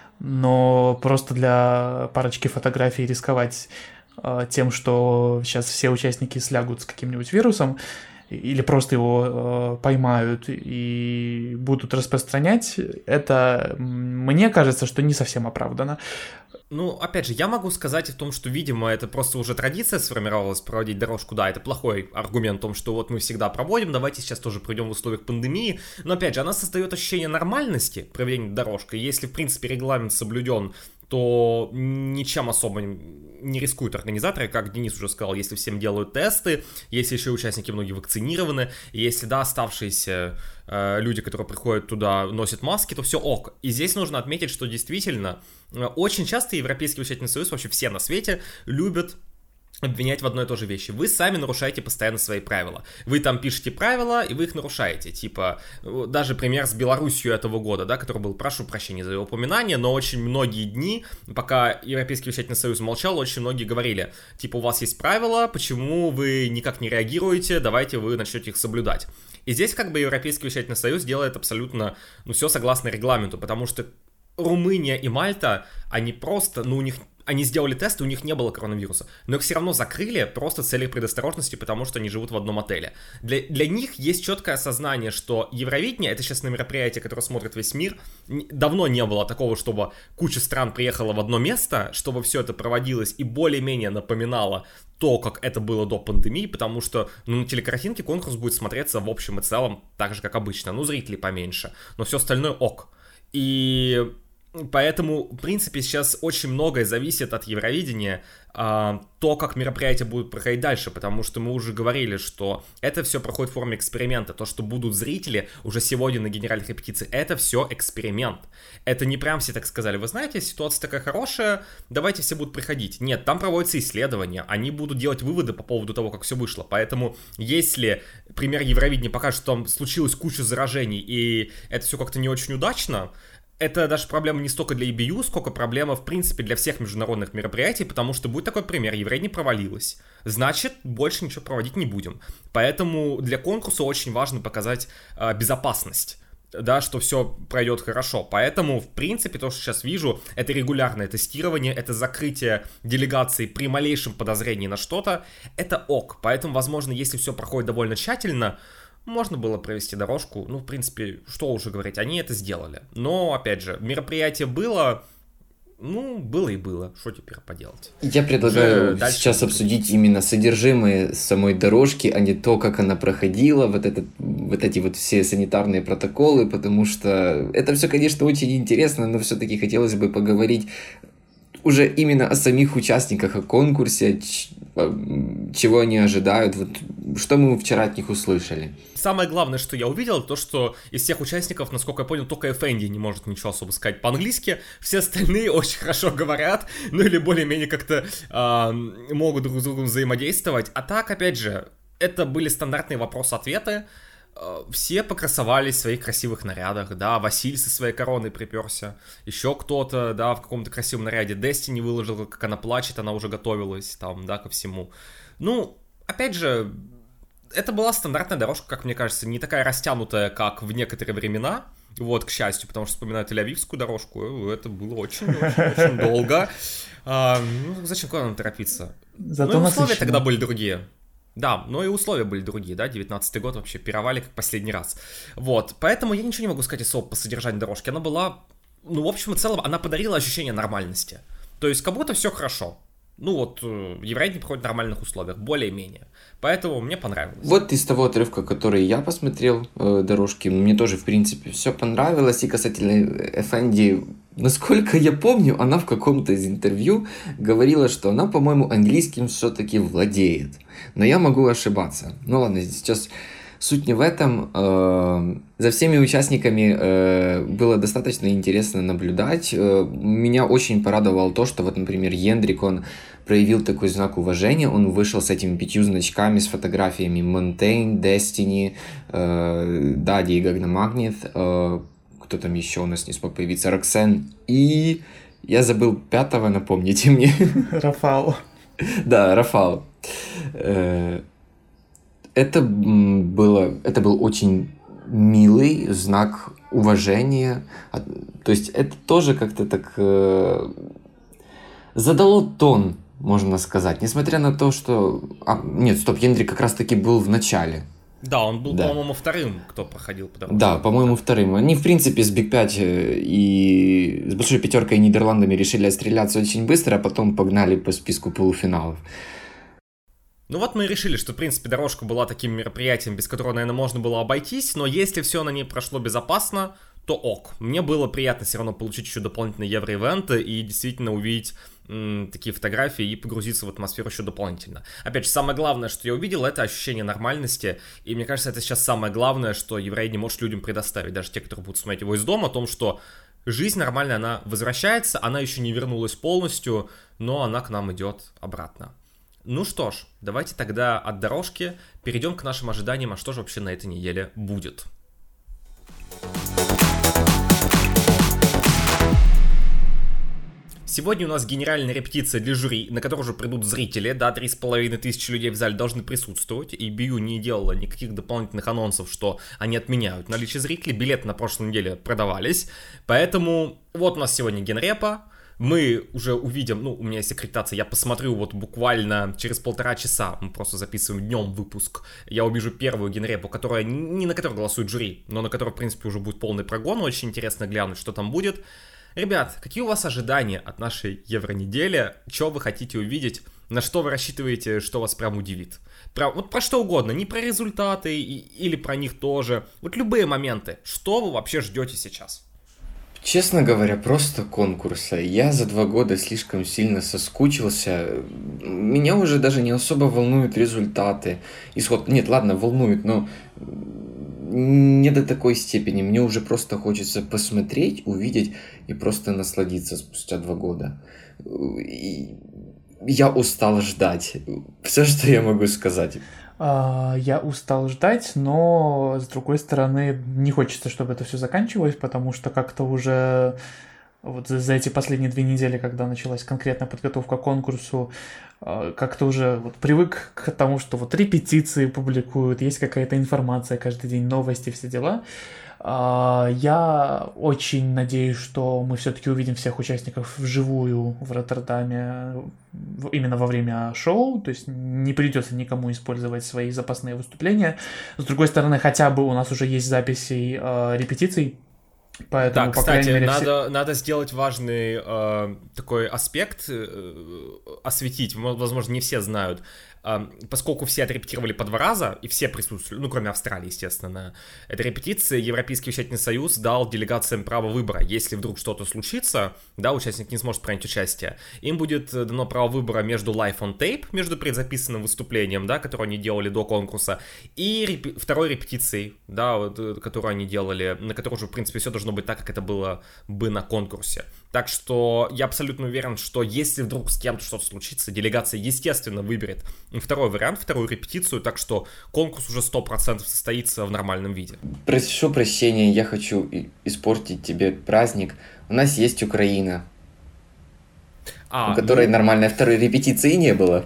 но просто для парочки фотографий рисковать а, тем, что сейчас все участники слягут с каким-нибудь вирусом, или просто его э, поймают и будут распространять, это, мне кажется, что не совсем оправдано. Ну, опять же, я могу сказать о том, что, видимо, это просто уже традиция сформировалась проводить дорожку. Да, это плохой аргумент о том, что вот мы всегда проводим, давайте сейчас тоже пройдем в условиях пандемии. Но, опять же, она создает ощущение нормальности проведения дорожки. Если, в принципе, регламент соблюден, то ничем особо не рискуют организаторы, как Денис уже сказал, если всем делают тесты, если еще участники многие вакцинированы, и если, да, оставшиеся э, люди, которые приходят туда, носят маски, то все ок. И здесь нужно отметить, что действительно э, очень часто Европейский участительный союз, вообще все на свете, любят обвинять в одной и той же вещи. Вы сами нарушаете постоянно свои правила. Вы там пишете правила, и вы их нарушаете. Типа, даже пример с Беларусью этого года, да, который был, прошу прощения за его упоминание, но очень многие дни, пока Европейский участительный союз молчал, очень многие говорили, типа, у вас есть правила, почему вы никак не реагируете, давайте вы начнете их соблюдать. И здесь как бы Европейский участительный союз делает абсолютно, ну, все согласно регламенту, потому что Румыния и Мальта, они просто, ну, у них... Они сделали тесты, у них не было коронавируса, но их все равно закрыли просто с целью предосторожности, потому что они живут в одном отеле. Для, для них есть четкое осознание, что Евровидение — это сейчас на мероприятие, которое смотрит весь мир. Давно не было такого, чтобы куча стран приехала в одно место, чтобы все это проводилось и более-менее напоминало то, как это было до пандемии, потому что, ну, на телекартинке конкурс будет смотреться в общем и целом так же, как обычно. Ну, зрителей поменьше, но все остальное ок. И... Поэтому, в принципе, сейчас очень многое зависит от Евровидения, а, то, как мероприятия будут проходить дальше, потому что мы уже говорили, что это все проходит в форме эксперимента. То, что будут зрители уже сегодня на генеральных репетициях, это все эксперимент. Это не прям все так сказали, вы знаете, ситуация такая хорошая, давайте все будут приходить. Нет, там проводятся исследования, они будут делать выводы по поводу того, как все вышло. Поэтому, если пример Евровидения покажет, что там случилась куча заражений, и это все как-то не очень удачно, это даже проблема не столько для и би ю, сколько проблема, в принципе, для всех международных мероприятий, потому что будет такой пример, Евровидение провалилось. Значит, больше ничего проводить не будем. Поэтому для конкурса очень важно показать э, безопасность, да, что все пройдет хорошо. Поэтому, в принципе, то, что сейчас вижу, это регулярное тестирование, это закрытие делегаций при малейшем подозрении на что-то, это ок. Поэтому, возможно, если все проходит довольно тщательно, можно было провести дорожку, ну, в принципе, что уже говорить, они это сделали. Но, опять же, мероприятие было, ну, было и было, что теперь поделать. Я предлагаю уже сейчас обсудить именно содержимое самой дорожки, а не то, как она проходила, вот, этот, вот эти вот все санитарные протоколы, потому что это все, конечно, очень интересно, но все-таки хотелось бы поговорить уже именно о самих участниках, о конкурсе, чего они ожидают, вот что мы вчера от них услышали. Самое главное, что я увидел, то, что из всех участников, насколько я понял, только Эфенди не может ничего особо сказать по-английски, все остальные очень хорошо говорят, ну или более-менее как-то э, могут друг с другом взаимодействовать. А так, опять же, это были стандартные вопросы-ответы, э, все покрасовались в своих красивых нарядах, да, Василь со своей короной приперся, еще кто-то, да, в каком-то красивом наряде, Destiny выложила, как она плачет, она уже готовилась там, да, ко всему. Ну, опять же, это была стандартная дорожка, как мне кажется, не такая растянутая, как в некоторые времена, вот, к счастью, потому что вспоминаю Тель-Авивскую дорожку, это было очень-очень долго. А, ну, зачем куда нам торопиться? Зато ну, и условия насыщенно. Тогда были другие. Да, но и условия были другие, да, девятнадцатый год вообще пировали как последний раз. Вот, поэтому я ничего не могу сказать особо по содержанию дорожки, она была, ну, в общем и целом, она подарила ощущение нормальности. То есть, как будто все хорошо. Ну вот, Евровидение проходит в нормальных условиях, более-менее. Поэтому мне понравилось. Вот из того отрывка, который я посмотрел, э, дорожки, мне тоже, в принципе, все понравилось. И касательно Эфенди, насколько я помню, она в каком-то из интервью говорила, что она, по-моему, английским все-таки владеет. Но я могу ошибаться. Ну ладно, сейчас суть не в этом. Э, за всеми участниками э, было достаточно интересно наблюдать. Э, меня очень порадовало то, что вот, например, Йендрик, он проявил такой знак уважения, он вышел с этими пятью значками, с фотографиями Montaigne, Destiny, э, Дади и Гагна Магнит, э, кто там еще у нас не смог появиться, Роксен, и я забыл пятого, напомните мне. Рафал. Да, Рафал. Э, это было, это был очень милый знак уважения, то есть это тоже как-то так э, задало тон, можно сказать, несмотря на то, что... А, нет, стоп, Йендрик как раз-таки был в начале. Да, он был, да. по-моему, вторым, кто проходил. Потому да, по-моему, вторым. Они, в принципе, с Биг пять и с Большой Пятеркой и Нидерландами решили отстреляться очень быстро, а потом погнали по списку полуфиналов. Ну вот мы и решили, что, в принципе, дорожка была таким мероприятием, без которого, наверное, можно было обойтись, но если все на ней прошло безопасно, то ок. Мне было приятно все равно получить еще дополнительные евроивенты и действительно увидеть м, такие фотографии и погрузиться в атмосферу еще дополнительно. Опять же, самое главное, что я увидел, это ощущение нормальности, и мне кажется, это сейчас самое главное, что Евровидение может людям предоставить, даже те, которые будут смотреть его из дома, о том, что жизнь нормальная, она возвращается, она еще не вернулась полностью, но она к нам идет обратно. Ну что ж, давайте тогда от дорожки перейдем к нашим ожиданиям, а что же вообще на этой неделе будет. Сегодня у нас генеральная репетиция для жюри, на которую уже придут зрители, да, три с половиной тысячи людей в зале должны присутствовать, и би ю не делала никаких дополнительных анонсов, что они отменяют наличие зрителей, билеты на прошлой неделе продавались, поэтому вот у нас сегодня генрепа, мы уже увидим, ну, у меня есть аккредитация, я посмотрю вот буквально через полтора часа, мы просто записываем днем выпуск, я увижу первую генрепу, которая, не на которую голосует жюри, но на которую, в принципе, уже будет полный прогон, очень интересно глянуть, что там будет. Ребят, какие у вас ожидания от нашей Евронедели? Что вы хотите увидеть? На что вы рассчитываете, что вас прям удивит? Про, вот про что угодно, не про результаты и, или про них тоже. Вот любые моменты. Что вы вообще ждете сейчас? Честно говоря, просто конкурса. Я за два года слишком сильно соскучился. Меня уже даже не особо волнуют результаты. Исход... Нет, ладно, волнует, но не до такой степени. Мне уже просто хочется посмотреть, увидеть и просто насладиться спустя два года. И я устал ждать. Все, что я могу сказать. Я устал ждать, но, с другой стороны, не хочется, чтобы это все заканчивалось, потому что как-то уже вот за эти последние две недели, когда началась конкретная подготовка к конкурсу, как-то уже вот привык к тому, что вот репетиции публикуют, есть какая-то информация каждый день, новости, все дела. Я очень надеюсь, что мы все-таки увидим всех участников вживую в Роттердаме именно во время шоу, то есть не придется никому использовать свои запасные выступления. С другой стороны, хотя бы у нас уже есть записи э, репетиций, поэтому, да, по кстати, крайней мере, надо, все... надо сделать важный э, такой аспект, э, осветить, возможно, не все знают. Поскольку все отрепетировали по два раза, и все присутствовали, ну, кроме Австралии, естественно, на этой репетиции, Европейский вещательный союз дал делегациям право выбора. Если вдруг что-то случится, да, участник не сможет принять участие, им будет дано право выбора между live on tape, между предзаписанным выступлением, да, которое они делали до конкурса, и реп... второй репетицией, да, вот, которую они делали, на которой уже, в принципе, все должно быть так, как это было бы на конкурсе. Так что я абсолютно уверен, что если вдруг с кем-то что-то случится, делегация, естественно, выберет второй вариант, вторую репетицию, так что конкурс уже сто процентов состоится в нормальном виде. Прошу прощения, я хочу испортить тебе праздник. У нас есть Украина, а, у которой ну... нормальной второй репетиции не было.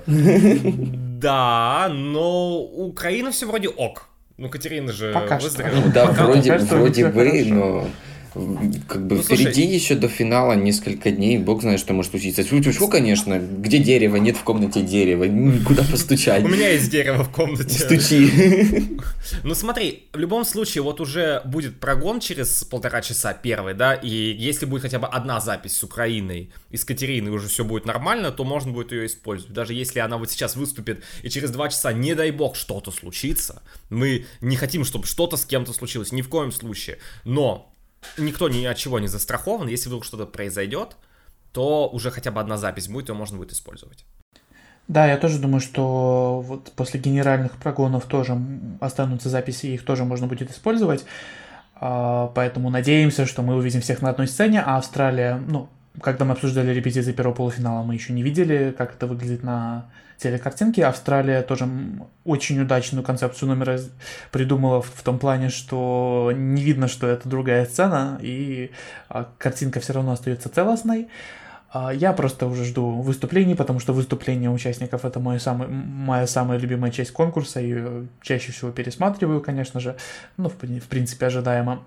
Да, но Украина все вроде ок. Ну, Катерина же выздоровела. Ну, да, Пока. вроде, вроде бы, хорошо. Но... Как бы ну, впереди слушай, еще до финала несколько дней, бог знает, что может случиться. Фу, конечно, где дерево? Нет в комнате дерева. Куда постучать? У меня есть дерево в комнате. Стучи. Ну смотри, в любом случае, вот уже будет прогон через полтора часа первый, да, и если будет хотя бы одна запись с Украиной и с Катериной, уже все будет нормально, то можно будет ее использовать. Даже если она вот сейчас выступит и через два часа, не дай бог, что-то случится, мы не хотим, чтобы что-то с кем-то случилось, ни в коем случае, но никто ни от чего не застрахован. Если вдруг что-то произойдет, то уже хотя бы одна запись будет, ее можно будет использовать. Да, я тоже думаю, что вот после генеральных прогонов тоже останутся записи, их тоже можно будет использовать. Поэтому надеемся, что мы увидим всех на одной сцене, а Австралия, ну, когда мы обсуждали репетиции первого полуфинала, мы еще не видели, как это выглядит на телекартинке. Австралия тоже очень удачную концепцию номера придумала в том плане, что не видно, что это другая сцена, и картинка все равно остается целостной. Я просто уже жду выступлений, потому что выступления участников — это мой самый, моя самая любимая часть конкурса, и чаще всего пересматриваю, конечно же, ну, в, в принципе, ожидаемо.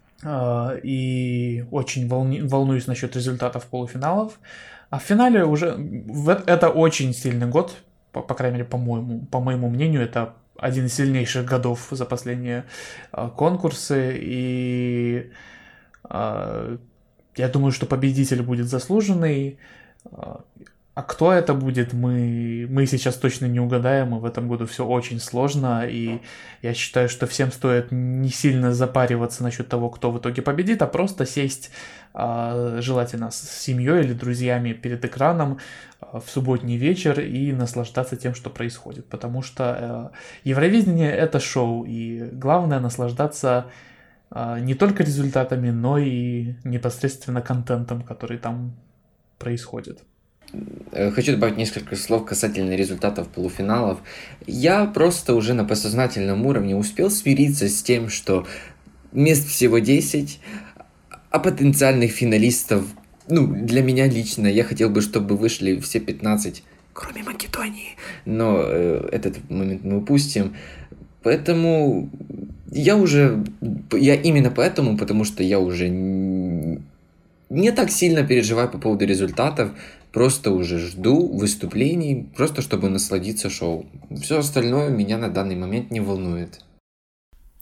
И очень волни, волнуюсь насчет результатов полуфиналов. А в финале уже... Это очень сильный год, по, по крайней мере, по-моему, по моему мнению, это один из сильнейших годов за последние а, конкурсы, и а, я думаю, что победитель будет заслуженный. А, а кто это будет, мы, мы сейчас точно не угадаем, и в этом году все очень сложно, и я считаю, что всем стоит не сильно запариваться насчет того, кто в итоге победит, а просто сесть, желательно с семьей или друзьями перед экраном в субботний вечер и наслаждаться тем, что происходит, потому что Евровидение — это шоу, и главное наслаждаться не только результатами, но и непосредственно контентом, который там происходит. Хочу добавить несколько слов касательно результатов полуфиналов. Я просто уже на подсознательном уровне успел смириться с тем, что мест всего десять, а потенциальных финалистов, ну, для меня лично, я хотел бы, чтобы вышли все пятнадцать, кроме Македонии. Но э, этот момент мы упустим. Поэтому я уже... Я именно поэтому, потому что я уже не так сильно переживаю по поводу результатов, просто уже жду выступлений, просто чтобы насладиться шоу. Все остальное меня на данный момент не волнует.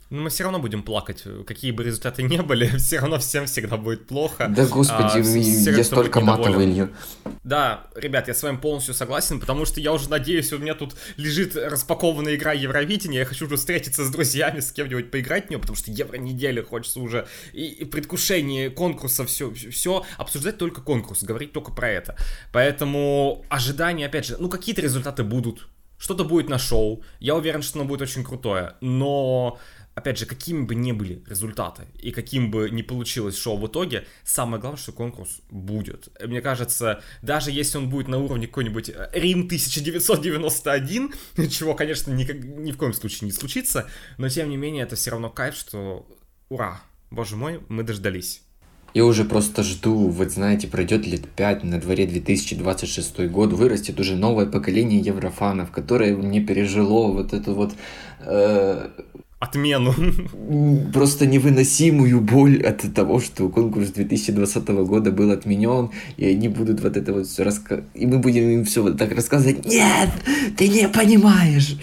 Но мы все равно будем плакать, какие бы результаты ни были, все равно всем всегда будет плохо. Да господи, а, я столько матов илью. Да, ребят, я с вами полностью согласен, потому что я уже надеюсь, у меня тут лежит распакованная игра Евровидения, я хочу уже встретиться с друзьями, с кем-нибудь поиграть в нее, потому что Евронеделя хочется уже, и, и предвкушение конкурса, все, все, обсуждать только конкурс, говорить только про это. Поэтому ожидания, опять же, ну какие-то результаты будут, что-то будет на шоу, я уверен, что оно будет очень крутое, но... Опять же, какими бы ни были результаты и каким бы ни получилось шоу в итоге, самое главное, что конкурс будет. Мне кажется, даже если он будет на уровне какой-нибудь Рим тысяча девятьсот девяносто один, чего, конечно, никак, ни в коем случае не случится, но тем не менее это все равно кайф, что ура, боже мой, мы дождались. Я уже просто жду, вот знаете, пройдет лет пять, на дворе две тысячи двадцать шестой год, вырастет уже новое поколение еврофанов, которое не пережило вот эту вот... Э- Отмену. Просто невыносимую боль от того, что конкурс две тысячи двадцатого года был отменен, и они будут вот это вот все рассказывать, и мы будем им все вот так рассказывать. Нет, ты не понимаешь.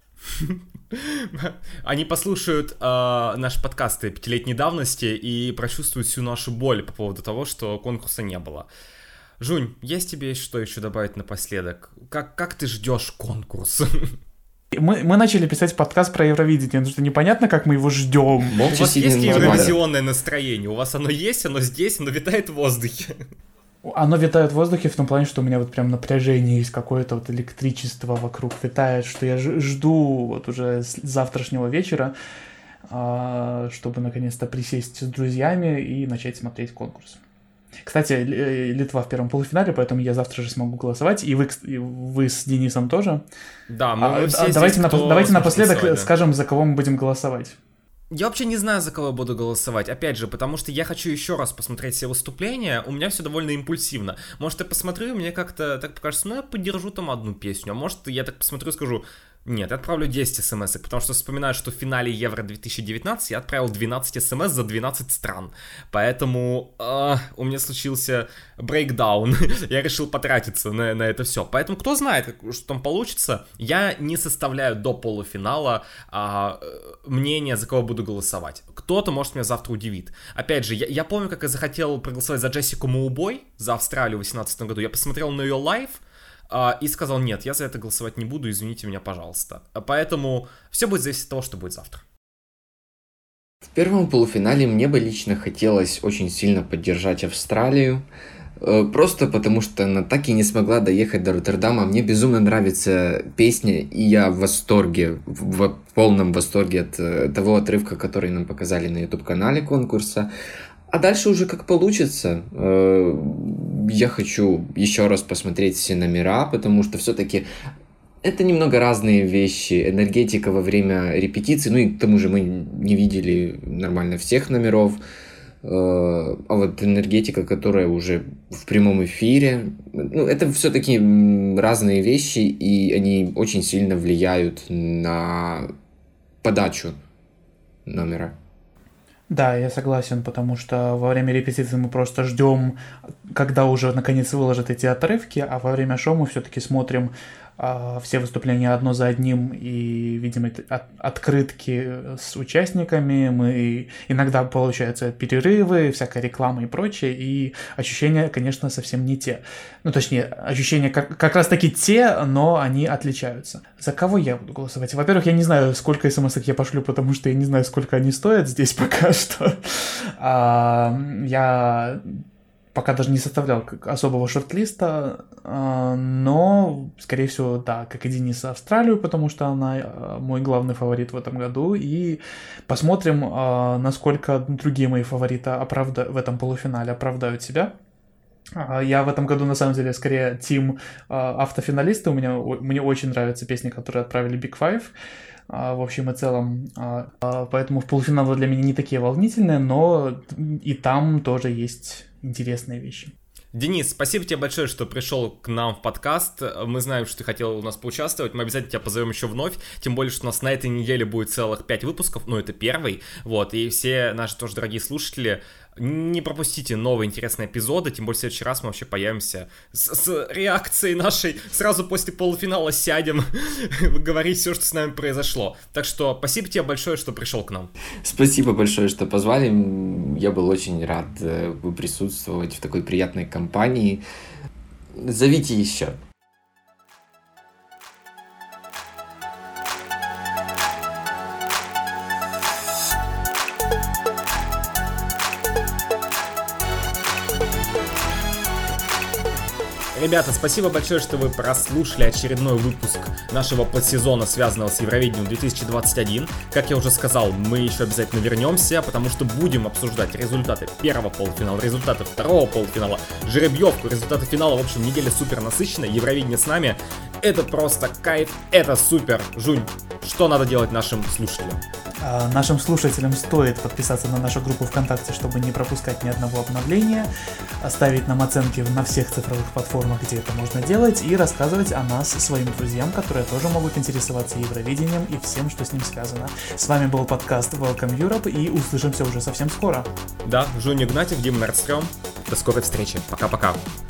Они послушают э, наши подкасты пятилетней давности и прочувствуют всю нашу боль по поводу того, что конкурса не было. Жунь, есть тебе что еще добавить напоследок? Как, как ты ждешь конкурс? Мы, мы начали писать подкаст про Евровидение, потому что непонятно, как мы его ждем. У вас есть евровизионное настроение? У вас оно есть, оно здесь, оно витает в воздухе. Оно витает в воздухе в том плане, что у меня вот прям напряжение есть, какое-то вот электричество вокруг витает, что я жду вот уже с завтрашнего вечера, чтобы наконец-то присесть с друзьями и начать смотреть конкурс. Кстати, Литва в первом полуфинале, поэтому я завтра же смогу голосовать, и вы, и вы с Денисом тоже. Да, мы, мы а, все давайте, здесь, напос- давайте напоследок голосовать, да. скажем, за кого мы будем голосовать. Я вообще не знаю, за кого я буду голосовать, опять же, потому что я хочу еще раз посмотреть все выступления, у меня все довольно импульсивно. Может, я посмотрю, и мне как-то так покажется, ну, я поддержу там одну песню, а может, я так посмотрю и скажу, нет, я отправлю десять смс-ок, потому что вспоминаю, что в финале Евро две тысячи девятнадцать я отправил двенадцать смс за двенадцать стран, поэтому э, у меня случился брейкдаун, я решил потратиться на, на это все, поэтому кто знает, как, что там получится, я не составляю до полуфинала э, мнение, за кого буду голосовать, кто-то, может, меня завтра удивит. Опять же, я, я помню, как я захотел проголосовать за Джессику Маубой за Австралию в две тысячи восемнадцатом году, я посмотрел на ее лайв, Uh, и сказал, нет, я за это голосовать не буду, извините меня, пожалуйста. Поэтому все будет зависеть от того, что будет завтра. В первом полуфинале мне бы лично хотелось очень сильно поддержать Австралию. Просто потому, что она так и не смогла доехать до Роттердама. Мне безумно нравится песня, и я в восторге, в полном восторге от того отрывка, который нам показали на YouTube-канале конкурса. А дальше уже как получится. Я хочу еще раз посмотреть все номера, потому что все-таки это немного разные вещи. Энергетика во время репетиции, ну и к тому же мы не видели нормально всех номеров. А вот энергетика, которая уже в прямом эфире, ну, это все-таки разные вещи, и они очень сильно влияют на подачу номера. Да, я согласен, потому что во время репетиции мы просто ждем, когда уже наконец выложат эти отрывки, а во время шоу мы все-таки смотрим а, все выступления одно за одним и видим от, открытки с участниками, мы иногда получаются перерывы, всякая реклама и прочее, и ощущения, конечно, совсем не те. Ну, точнее, ощущения как, как раз-таки те, но они отличаются. За кого я буду голосовать? Во-первых, я не знаю, сколько смс-ок я пошлю, потому что я не знаю, сколько они стоят здесь пока что. А, я пока даже не составлял особого шорт-листа, но, скорее всего, да, как и Денис, Австралию, потому что она мой главный фаворит в этом году, и посмотрим, насколько другие мои фавориты оправда... в этом полуфинале оправдают себя. Я в этом году, на самом деле, скорее тим автофиналисты, у меня, мне очень нравятся песни, которые отправили Big Five, в общем и целом, поэтому в полуфиналы для меня не такие волнительные, но и там тоже есть интересные вещи. Денис, спасибо тебе большое, что пришел к нам в подкаст. Мы знаем, что ты хотел у нас поучаствовать. Мы обязательно тебя позовем еще вновь. Тем более, что у нас на этой неделе будет целых пять выпусков. Ну, это первый. Вот. И все наши тоже дорогие слушатели, Не пропустите новые интересные эпизоды, тем более в следующий раз мы вообще появимся с, с реакцией нашей. Сразу после полуфинала сядем, говорить все, что с нами произошло. Так что спасибо тебе большое, что пришел к нам. Спасибо большое, что позвали. Я был очень рад присутствовать в такой приятной компании. Зовите еще. Ребята, спасибо большое, что вы прослушали очередной выпуск нашего подсезона, связанного с Евровидением две тысячи двадцать один. Как я уже сказал, мы еще обязательно вернемся, потому что будем обсуждать результаты первого полуфинала, результаты второго полуфинала, жеребьевку, результаты финала. В общем, неделя супер насыщенная, Евровидение с нами. Это просто кайф, это супер. Жунь, что надо делать нашим слушателям? А нашим слушателям стоит подписаться на нашу группу ВКонтакте, чтобы не пропускать ни одного обновления, оставить нам оценки на всех цифровых платформах, где это можно делать, и рассказывать о нас своим друзьям, которые тоже могут интересоваться Евровидением и всем, что с ним связано. С вами был подкаст Welcome Europe, и услышимся уже совсем скоро. Да, Жунь Игнатьев, Дима Нордстрём. До скорой встречи. Пока-пока.